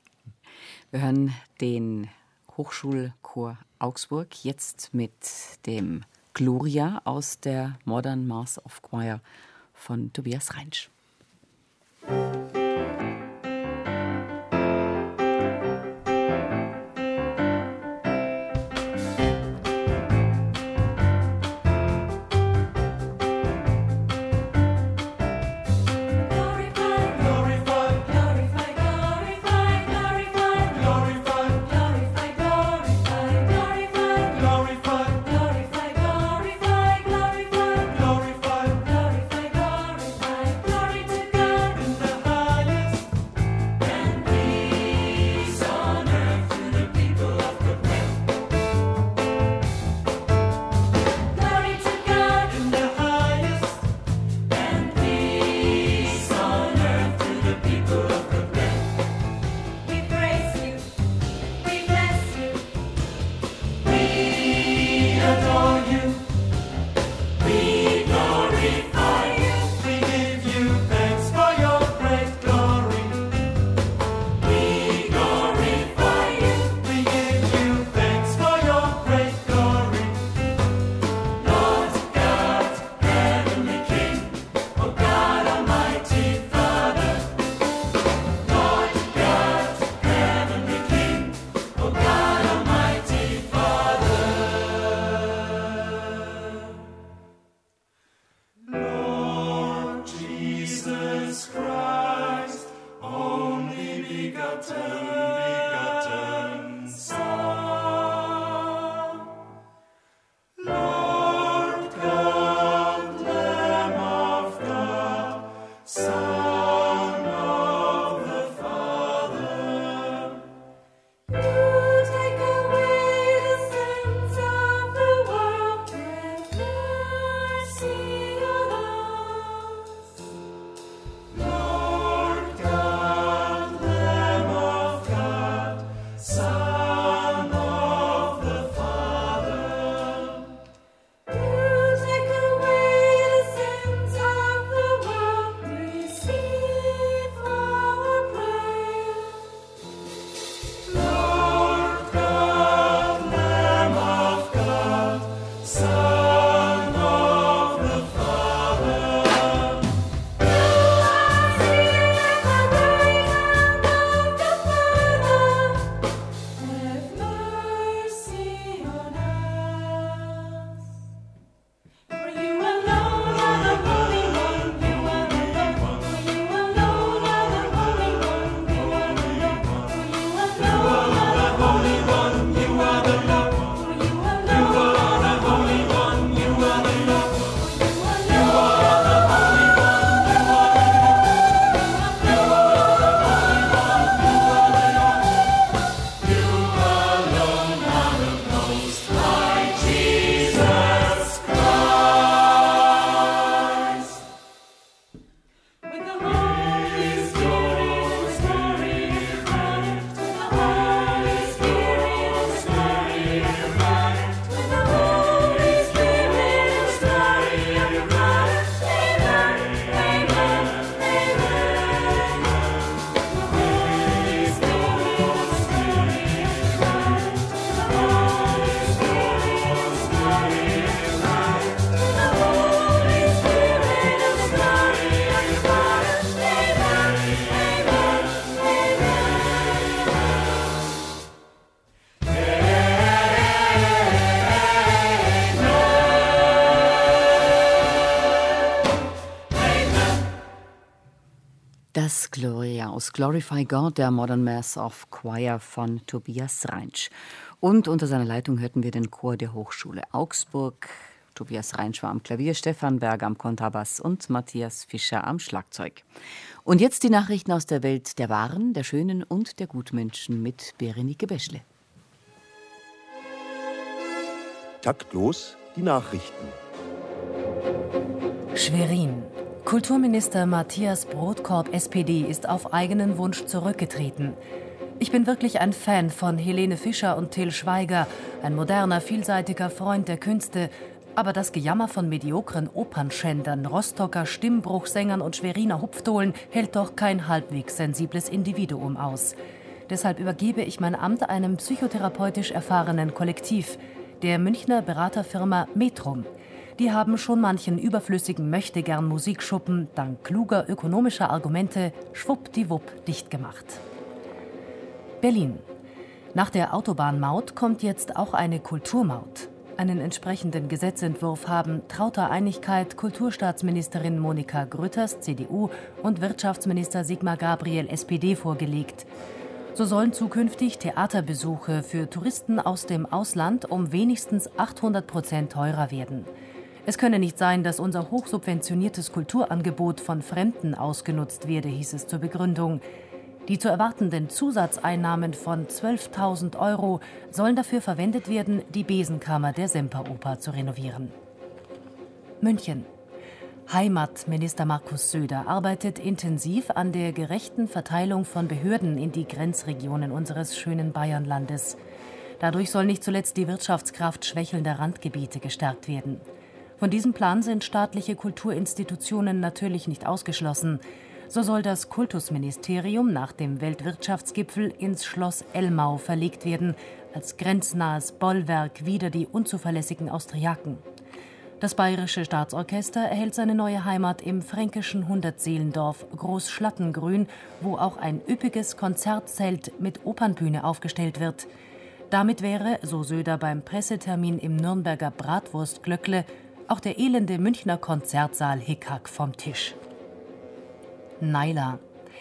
Wir hören den Hochschulchor Augsburg jetzt mit dem Gloria aus der Modern Mass of Choir von Tobias Reinsch. Glorify, Das Gloria aus Glorify God, der Modern Mass of Choir von Tobias Reinsch. Und unter seiner Leitung hörten wir den Chor der Hochschule Augsburg. Tobias Reinsch war am Klavier, Stefan Berger am Kontrabass und Matthias Fischer am Schlagzeug. Und jetzt die Nachrichten aus der Welt der Wahren, der Schönen und der Gutmenschen mit Berenike Beschle. Taktlos die Nachrichten. Schwerin. Kulturminister Matthias Brodkorb, SPD, ist auf eigenen Wunsch zurückgetreten. Ich bin wirklich ein Fan von Helene Fischer und Till Schweiger, ein moderner, vielseitiger Freund der Künste. Aber das Gejammer von mediokren Opernschändern, Rostocker Stimmbruchsängern und Schweriner Hupfdohlen hält doch kein halbwegs sensibles Individuum aus. Deshalb übergebe ich mein Amt einem psychotherapeutisch erfahrenen Kollektiv, der Münchner Beraterfirma Metrum. Die haben schon manchen überflüssigen Möchtegern-Musikschuppen dank kluger ökonomischer Argumente schwuppdiwupp dicht gemacht. Berlin. Nach der Autobahnmaut kommt jetzt auch eine Kulturmaut. Einen entsprechenden Gesetzentwurf haben trauter Einigkeit Kulturstaatsministerin Monika Grütters, CDU, und Wirtschaftsminister Sigmar Gabriel, SPD, vorgelegt. So sollen zukünftig Theaterbesuche für Touristen aus dem Ausland um wenigstens 800% teurer werden. Es könne nicht sein, dass unser hochsubventioniertes Kulturangebot von Fremden ausgenutzt werde, hieß es zur Begründung. Die zu erwartenden Zusatzeinnahmen von 12.000 € sollen dafür verwendet werden, die Besenkammer der Semperoper zu renovieren. München. Heimatminister Markus Söder arbeitet intensiv an der gerechten Verteilung von Behörden in die Grenzregionen unseres schönen Bayernlandes. Dadurch soll nicht zuletzt die Wirtschaftskraft schwächelnder Randgebiete gestärkt werden. Von diesem Plan sind staatliche Kulturinstitutionen natürlich nicht ausgeschlossen. So soll das Kultusministerium nach dem Weltwirtschaftsgipfel ins Schloss Elmau verlegt werden, als grenznahes Bollwerk wider die unzuverlässigen Austriaken. Das Bayerische Staatsorchester erhält seine neue Heimat im fränkischen Hundertseelendorf Großschlattengrün, wo auch ein üppiges Konzertzelt mit Opernbühne aufgestellt wird. Damit wäre, so Söder beim Pressetermin im Nürnberger Bratwurstglöckle, auch der elende Münchner Konzertsaal Hickhack vom Tisch. Naila.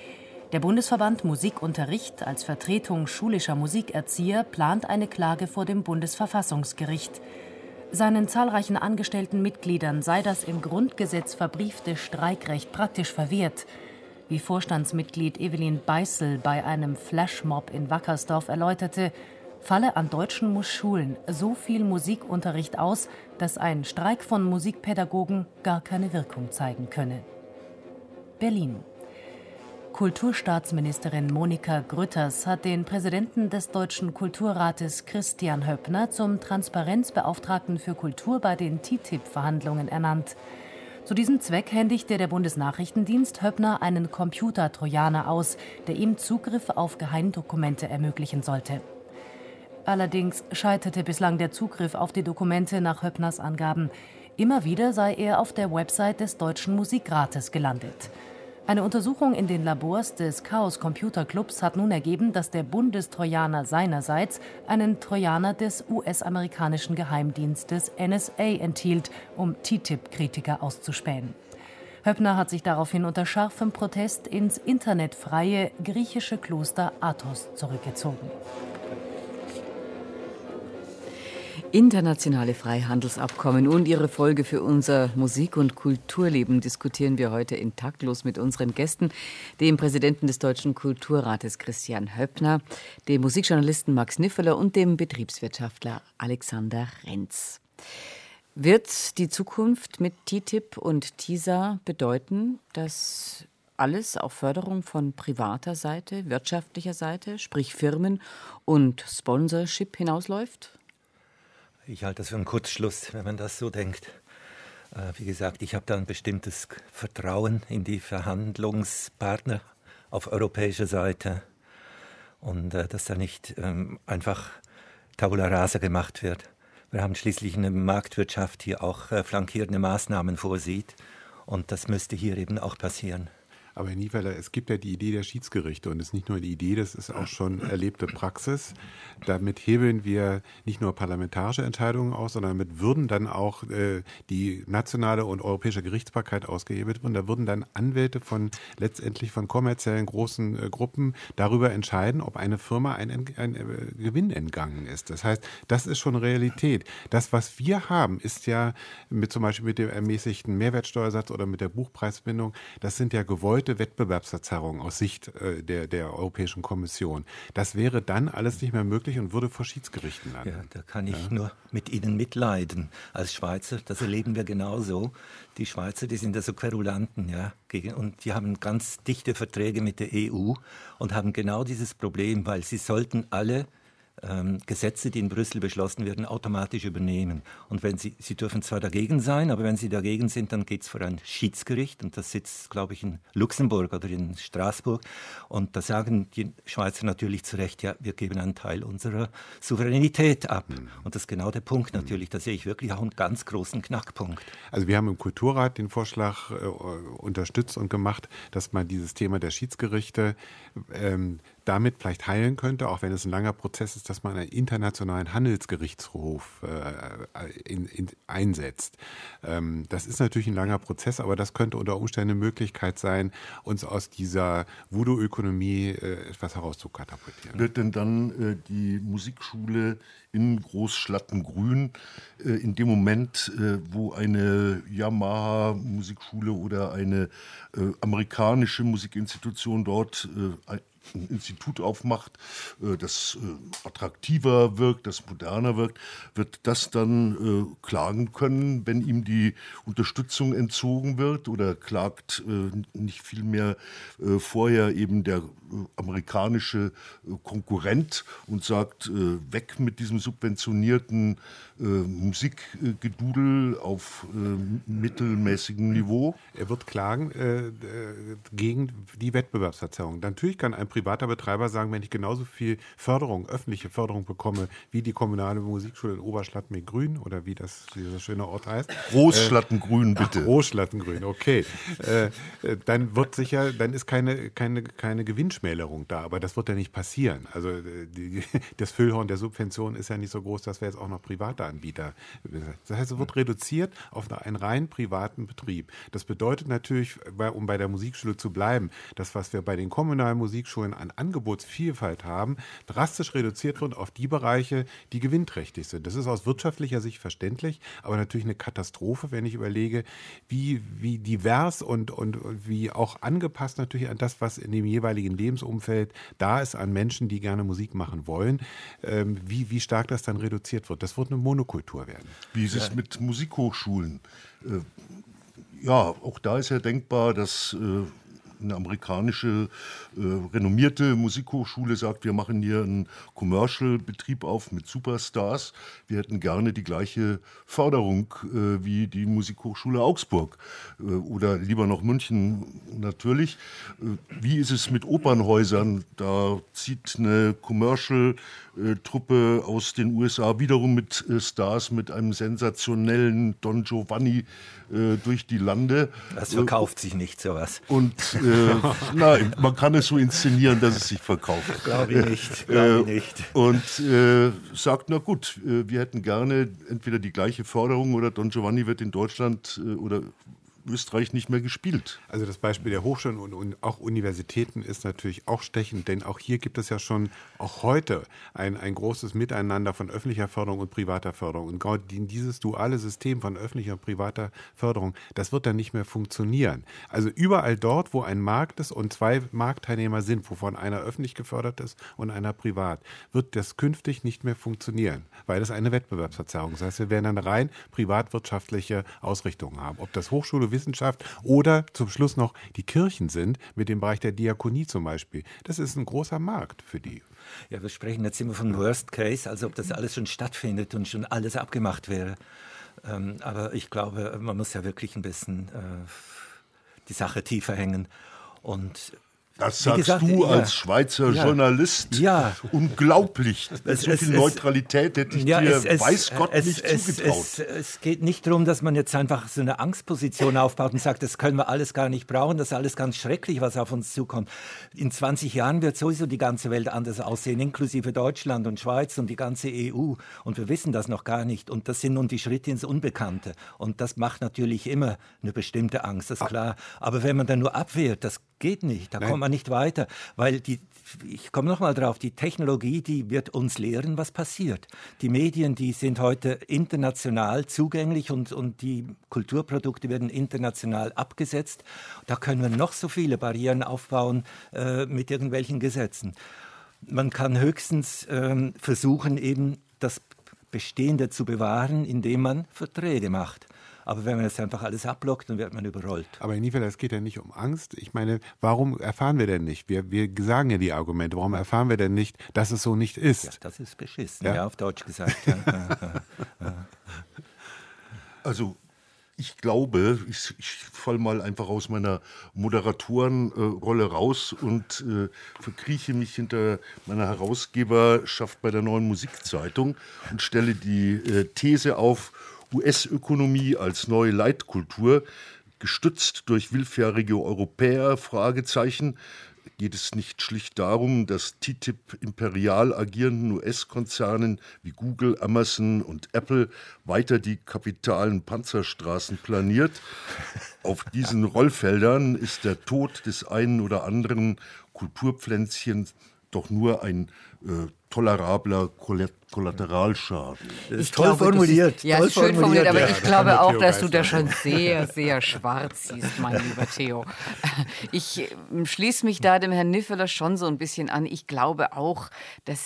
Der Bundesverband Musikunterricht als Vertretung schulischer Musikerzieher plant eine Klage vor dem Bundesverfassungsgericht. Seinen zahlreichen angestellten Mitgliedern sei das im Grundgesetz verbriefte Streikrecht praktisch verwehrt. Wie Vorstandsmitglied Evelyn Beißel bei einem Flashmob in Wackersdorf erläuterte, falle an deutschen Schulen so viel Musikunterricht aus, dass ein Streik von Musikpädagogen gar keine Wirkung zeigen könne. Berlin. Kulturstaatsministerin Monika Grütters hat den Präsidenten des Deutschen Kulturrates Christian Höppner zum Transparenzbeauftragten für Kultur bei den TTIP-Verhandlungen ernannt. Zu diesem Zweck händigte der Bundesnachrichtendienst Höppner einen Computer-Trojaner aus, der ihm Zugriff auf Geheimdokumente ermöglichen sollte. Allerdings scheiterte bislang der Zugriff auf die Dokumente nach Höppners Angaben. Immer wieder sei er auf der Website des Deutschen Musikrates gelandet. Eine Untersuchung in den Labors des Chaos Computer Clubs hat nun ergeben, dass der Bundestrojaner seinerseits einen Trojaner des US-amerikanischen Geheimdienstes NSA enthielt, um TTIP-Kritiker auszuspähen. Höppner hat sich daraufhin unter scharfem Protest ins internetfreie griechische Kloster Athos zurückgezogen. Internationale Freihandelsabkommen und ihre Folge für unser Musik- und Kulturleben diskutieren wir heute in Taktlos mit unseren Gästen, dem Präsidenten des Deutschen Kulturrates Christian Höppner, dem Musikjournalisten Max Niffeler und dem Betriebswirtschaftler Alexander Renz. Wird die Zukunft mit TTIP und TISA bedeuten, dass alles auf Förderung von privater Seite, wirtschaftlicher Seite, sprich Firmen und Sponsorship hinausläuft? Ich halte das für einen Kurzschluss, wenn man das so denkt. Wie gesagt, ich habe da ein bestimmtes Vertrauen in die Verhandlungspartner auf europäischer Seite und dass da nicht einfach Tabula rasa gemacht wird. Wir haben schließlich eine Marktwirtschaft, die auch flankierende Maßnahmen vorsieht und das müsste hier eben auch passieren. Aber Herr Niefeler, es gibt ja die Idee der Schiedsgerichte und es ist nicht nur die Idee, das ist auch schon erlebte Praxis. Damit hebeln wir nicht nur parlamentarische Entscheidungen aus, sondern damit würden dann auch die nationale und europäische Gerichtsbarkeit ausgehebelt werden. Da würden dann Anwälte letztendlich von kommerziellen großen Gruppen darüber entscheiden, ob eine Firma ein Gewinn entgangen ist. Das heißt, das ist schon Realität. Das, was wir haben, ist ja zum Beispiel mit dem ermäßigten Mehrwertsteuersatz oder mit der Buchpreisbindung, das sind ja gewollte Wettbewerbsverzerrungen aus Sicht der Europäischen Kommission. Das wäre dann alles nicht mehr möglich und würde vor Schiedsgerichten landen. Ja, da kann ich nur mit Ihnen mitleiden als Schweizer. Das erleben wir genauso. Die Schweizer, die sind ja so Querulanten, ja, und die haben ganz dichte Verträge mit der EU und haben genau dieses Problem, weil sie sollten alle Gesetze, die in Brüssel beschlossen werden, automatisch übernehmen. Und wenn sie dürfen zwar dagegen sein, aber wenn sie dagegen sind, dann geht es vor ein Schiedsgericht und das sitzt, glaube ich, in Luxemburg oder in Straßburg. Und da sagen die Schweizer natürlich zu Recht, ja, wir geben einen Teil unserer Souveränität ab. Und das ist genau der Punkt natürlich. Da sehe ich wirklich auch einen ganz großen Knackpunkt. Also wir haben im Kulturrat den Vorschlag unterstützt und gemacht, dass man dieses Thema der Schiedsgerichte damit vielleicht heilen könnte, auch wenn es ein langer Prozess ist, dass man einen internationalen Handelsgerichtshof einsetzt. Das ist natürlich ein langer Prozess, aber das könnte unter Umständen eine Möglichkeit sein, uns aus dieser Voodoo-Ökonomie etwas herauszukatapultieren. Wird denn dann die Musikschule in Großschlattengrün in dem Moment, wo eine Yamaha-Musikschule oder eine amerikanische Musikinstitution dort ein Institut aufmacht, das attraktiver wirkt, das moderner wirkt, wird das dann klagen können, wenn ihm die Unterstützung entzogen wird, oder klagt nicht vielmehr vorher eben der amerikanische Konkurrent und sagt, weg mit diesem subventionierten Musikgedudel auf mittelmäßigem Niveau? Er wird klagen gegen die Wettbewerbsverzerrung. Natürlich kann ein privater Betreiber sagen, wenn ich genauso viel Förderung, öffentliche Förderung bekomme, wie die kommunale Musikschule in Oberschlattming-Grün oder wie dieser schöne Ort heißt. Großschlattengrün, bitte. Großschlattengrün, okay. Dann ist keine Gewinnschmälerung da, aber das wird ja nicht passieren. Also das Füllhorn der Subvention ist ja nicht so groß, dass wir jetzt auch noch private Anbieter. Das heißt, es wird reduziert auf einen rein privaten Betrieb. Das bedeutet natürlich, um bei der Musikschule zu bleiben, das, was wir bei den kommunalen Musikschulen an Angebotsvielfalt haben, drastisch reduziert wird auf die Bereiche, die gewinnträchtig sind. Das ist aus wirtschaftlicher Sicht verständlich, aber natürlich eine Katastrophe, wenn ich überlege, wie divers und wie auch angepasst natürlich an das, was in dem jeweiligen Lebensumfeld da ist, an Menschen, die gerne Musik machen wollen, wie stark das dann reduziert wird. Das wird eine Monokultur werden. Wie ist es mit Musikhochschulen? Ja, auch da ist ja denkbar, dass eine amerikanische renommierte Musikhochschule sagt, wir machen hier einen Commercial-Betrieb auf mit Superstars. Wir hätten gerne die gleiche Förderung wie die Musikhochschule Augsburg oder lieber noch München natürlich. Wie ist es mit Opernhäusern? Da zieht eine Commercial-Truppe aus den USA wiederum mit Stars mit einem sensationellen Don Giovanni durch die Lande. Das verkauft sich nicht, sowas. Und nein, man kann es so inszenieren, dass es sich verkauft. Glaube ich nicht. Und sagt, na gut, wir hätten gerne entweder die gleiche Förderung oder Don Giovanni wird in Deutschland oder Österreich nicht mehr gespielt. Also das Beispiel der Hochschulen und auch Universitäten ist natürlich auch stechend, denn auch hier gibt es ja schon auch heute ein großes Miteinander von öffentlicher Förderung und privater Förderung. Und genau dieses duale System von öffentlicher und privater Förderung, das wird dann nicht mehr funktionieren. Also überall dort, wo ein Markt ist und zwei Marktteilnehmer sind, wovon einer öffentlich gefördert ist und einer privat, wird das künftig nicht mehr funktionieren, weil das eine Wettbewerbsverzerrung ist. Das heißt, wir werden eine rein privatwirtschaftliche Ausrichtung haben. Ob das Hochschule, Wissenschaft oder zum Schluss noch die Kirchen sind, mit dem Bereich der Diakonie zum Beispiel. Das ist ein großer Markt für die. Ja, wir sprechen jetzt immer von Worst Case, als ob das alles schon stattfindet und schon alles abgemacht wäre. Aber ich glaube, man muss ja wirklich ein bisschen die Sache tiefer hängen. Und das sagst du als Schweizer Journalist. Ja. Unglaublich. So viel Neutralität hätte ich dir, weiß Gott, nicht zugetraut. Es geht nicht darum, dass man jetzt einfach so eine Angstposition aufbaut und sagt, das können wir alles gar nicht brauchen, das ist alles ganz schrecklich, was auf uns zukommt. In 20 Jahren wird sowieso die ganze Welt anders aussehen, inklusive Deutschland und Schweiz und die ganze EU. Und wir wissen das noch gar nicht. Und das sind nun die Schritte ins Unbekannte. Und das macht natürlich immer eine bestimmte Angst, das ist klar. Aber wenn man dann nur abwehrt, das geht nicht. Da kommt man nicht weiter, weil ich komme noch mal drauf, die Technologie, die wird uns lehren, was passiert. Die Medien, die sind heute international zugänglich und die Kulturprodukte werden international abgesetzt. Da können wir noch so viele Barrieren aufbauen mit irgendwelchen Gesetzen. Man kann höchstens versuchen, eben das Bestehende zu bewahren, indem man Verträge macht. Aber wenn man das einfach alles abblockt, dann wird man überrollt. Aber in Niefelder, es geht ja nicht um Angst. Ich meine, warum erfahren wir denn nicht? Wir sagen ja die Argumente. Warum erfahren wir denn nicht, dass es so nicht ist? Ja, das ist beschissen, ja, auf Deutsch gesagt. Ja. Also ich glaube, ich falle mal einfach aus meiner Moderatorenrolle raus und verkrieche mich hinter meiner Herausgeberschaft bei der Neuen Musikzeitung und stelle die These auf, US-Ökonomie als neue Leitkultur, gestützt durch willfährige Europäer, Fragezeichen. Geht es nicht schlicht darum, dass TTIP imperial agierenden US-Konzernen wie Google, Amazon und Apple weiter die kapitalen Panzerstraßen planiert? Auf diesen Rollfeldern ist der Tod des einen oder anderen Kulturpflänzchens doch nur ein tolerabler Kollateralschaden. Das ist toll formuliert. Ja, ist schön formuliert, aber ich glaube auch, dass du da schon sehr, sehr schwarz siehst, mein lieber Theo. Ich schließe mich da dem Herrn Niefelder schon so ein bisschen an. Ich glaube auch, dass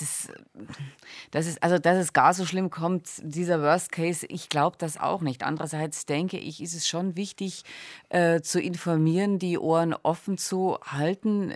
es gar so schlimm kommt, dieser Worst Case. Ich glaube das auch nicht. Andererseits denke ich, ist es schon wichtig, zu informieren, die Ohren offen zu halten,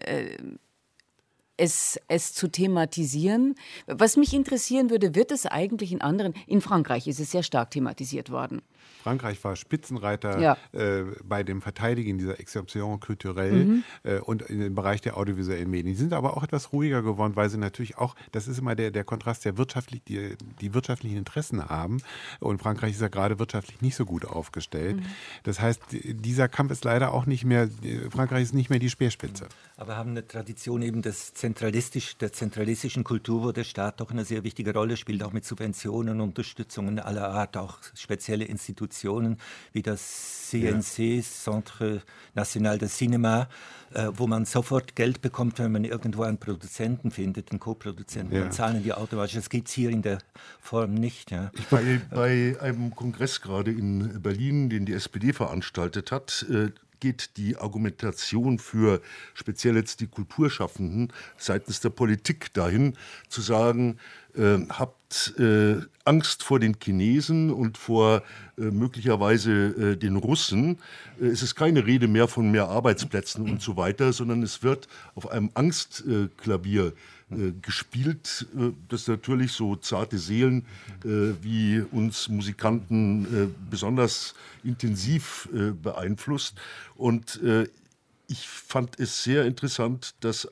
es zu thematisieren. Was mich interessieren würde, wird es eigentlich in Frankreich ist es sehr stark thematisiert worden. Frankreich war Spitzenreiter bei dem Verteidigen dieser Exception culturelle und im Bereich der audiovisuellen Medien. Die sind aber auch etwas ruhiger geworden, weil sie natürlich auch, das ist immer der Kontrast, die wirtschaftlichen Interessen haben. Und Frankreich ist ja gerade wirtschaftlich nicht so gut aufgestellt. Das heißt, dieser Kampf ist leider auch nicht mehr, Frankreich ist nicht mehr die Speerspitze. Aber wir haben eine Tradition eben der zentralistischen Kultur, wo der Staat doch eine sehr wichtige Rolle spielt, auch mit Subventionen, Unterstützungen aller Art, auch spezielle Institutionen wie das CNC, Centre National de Cinéma, wo man sofort Geld bekommt, wenn man irgendwo einen Produzenten findet, einen Co-Produzenten. Dann zahlen die automatisch. Das gibt es hier in der Form nicht. Ja. Bei einem Kongress gerade in Berlin, den die SPD veranstaltet hat, geht die Argumentation für speziell jetzt die Kulturschaffenden seitens der Politik dahin, zu sagen, habt Angst vor den Chinesen und vor möglicherweise den Russen. Es ist keine Rede mehr von mehr Arbeitsplätzen und so weiter, sondern es wird auf einem Angstklavier gespielt, das natürlich so zarte Seelen wie uns Musikanten besonders intensiv beeinflusst. Und ich fand es sehr interessant, dass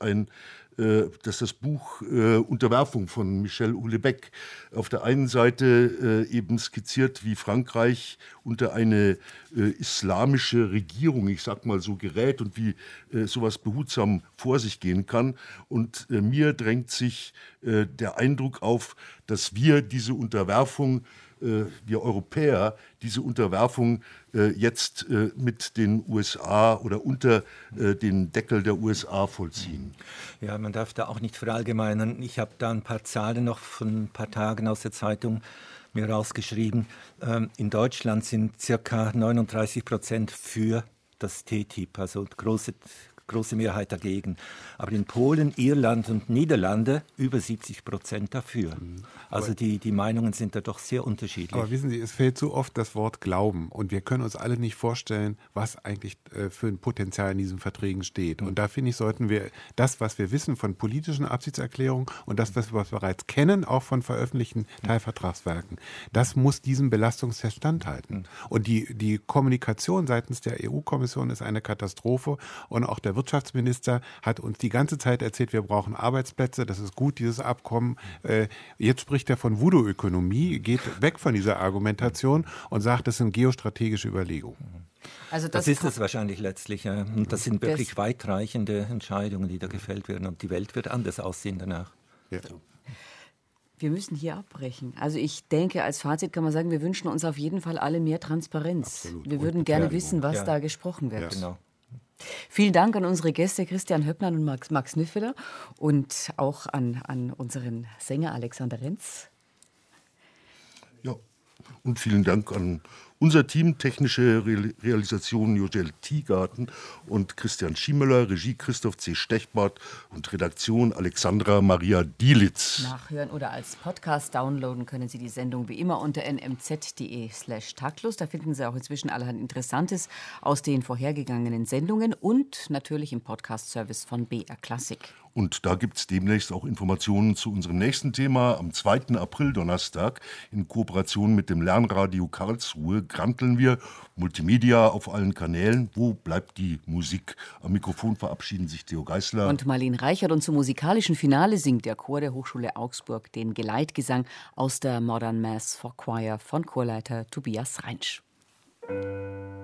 das Buch Unterwerfung von Michel Houellebecq auf der einen Seite eben skizziert, wie Frankreich unter eine islamische Regierung, ich sag mal so, gerät und wie sowas behutsam vor sich gehen kann. Und mir drängt sich der Eindruck auf, dass wir diese Unterwerfung, wir Europäer, diese Unterwerfung jetzt mit den USA oder unter den Deckel der USA vollziehen. Ja, man darf da auch nicht verallgemeinern. Ich habe da ein paar Zahlen noch von ein paar Tagen aus der Zeitung mir rausgeschrieben. In Deutschland sind ca. 39% für das TTIP, also große Mehrheit dagegen. Aber in Polen, Irland und Niederlande über 70% dafür. Also die Meinungen sind da doch sehr unterschiedlich. Aber wissen Sie, es fällt so oft das Wort Glauben und wir können uns alle nicht vorstellen, was eigentlich für ein Potenzial in diesen Verträgen steht. Und da finde ich, sollten wir das, was wir wissen von politischen Absichtserklärungen und das, was wir bereits kennen, auch von veröffentlichten Teilvertragswerken, das muss diesem Belastungstest standhalten. Und die Kommunikation seitens der EU-Kommission ist eine Katastrophe und auch der Wirtschaftsminister hat uns die ganze Zeit erzählt, wir brauchen Arbeitsplätze, das ist gut, dieses Abkommen. Jetzt spricht er von Voodoo-Ökonomie, geht weg von dieser Argumentation und sagt, das sind geostrategische Überlegungen. Also das ist es wahrscheinlich letztlich. Ja. Und das sind wirklich weitreichende Entscheidungen, die da gefällt werden. Und die Welt wird anders aussehen danach. Ja. Wir müssen hier abbrechen. Also ich denke, als Fazit kann man sagen, wir wünschen uns auf jeden Fall alle mehr Transparenz. Absolut. Wir würden gerne wissen, was da gesprochen wird. Ja, genau. Vielen Dank an unsere Gäste Christian Höppner und Max Nüffeler und auch an unseren Sänger Alexander Renz. Ja, und vielen Dank an unser Team, technische Realisation Jojel Tiegarten und Christian Schiemöller, Regie Christoph C. Stechbart und Redaktion Alexandra Maria Dielitz. Nachhören oder als Podcast downloaden können Sie die Sendung wie immer unter nmz.de/taktlos. Da finden Sie auch inzwischen allerhand Interessantes aus den vorhergegangenen Sendungen und natürlich im Podcast-Service von BR Classic. Und da gibt es demnächst auch Informationen zu unserem nächsten Thema. Am 2. April, Donnerstag, in Kooperation mit dem Lernradio Karlsruhe, granteln wir Multimedia auf allen Kanälen. Wo bleibt die Musik? Am Mikrofon verabschieden sich Theo Geisler und Marlene Reichert. Und zum musikalischen Finale singt der Chor der Hochschule Augsburg den Geleitgesang aus der Modern Mass for Choir von Chorleiter Tobias Reinsch.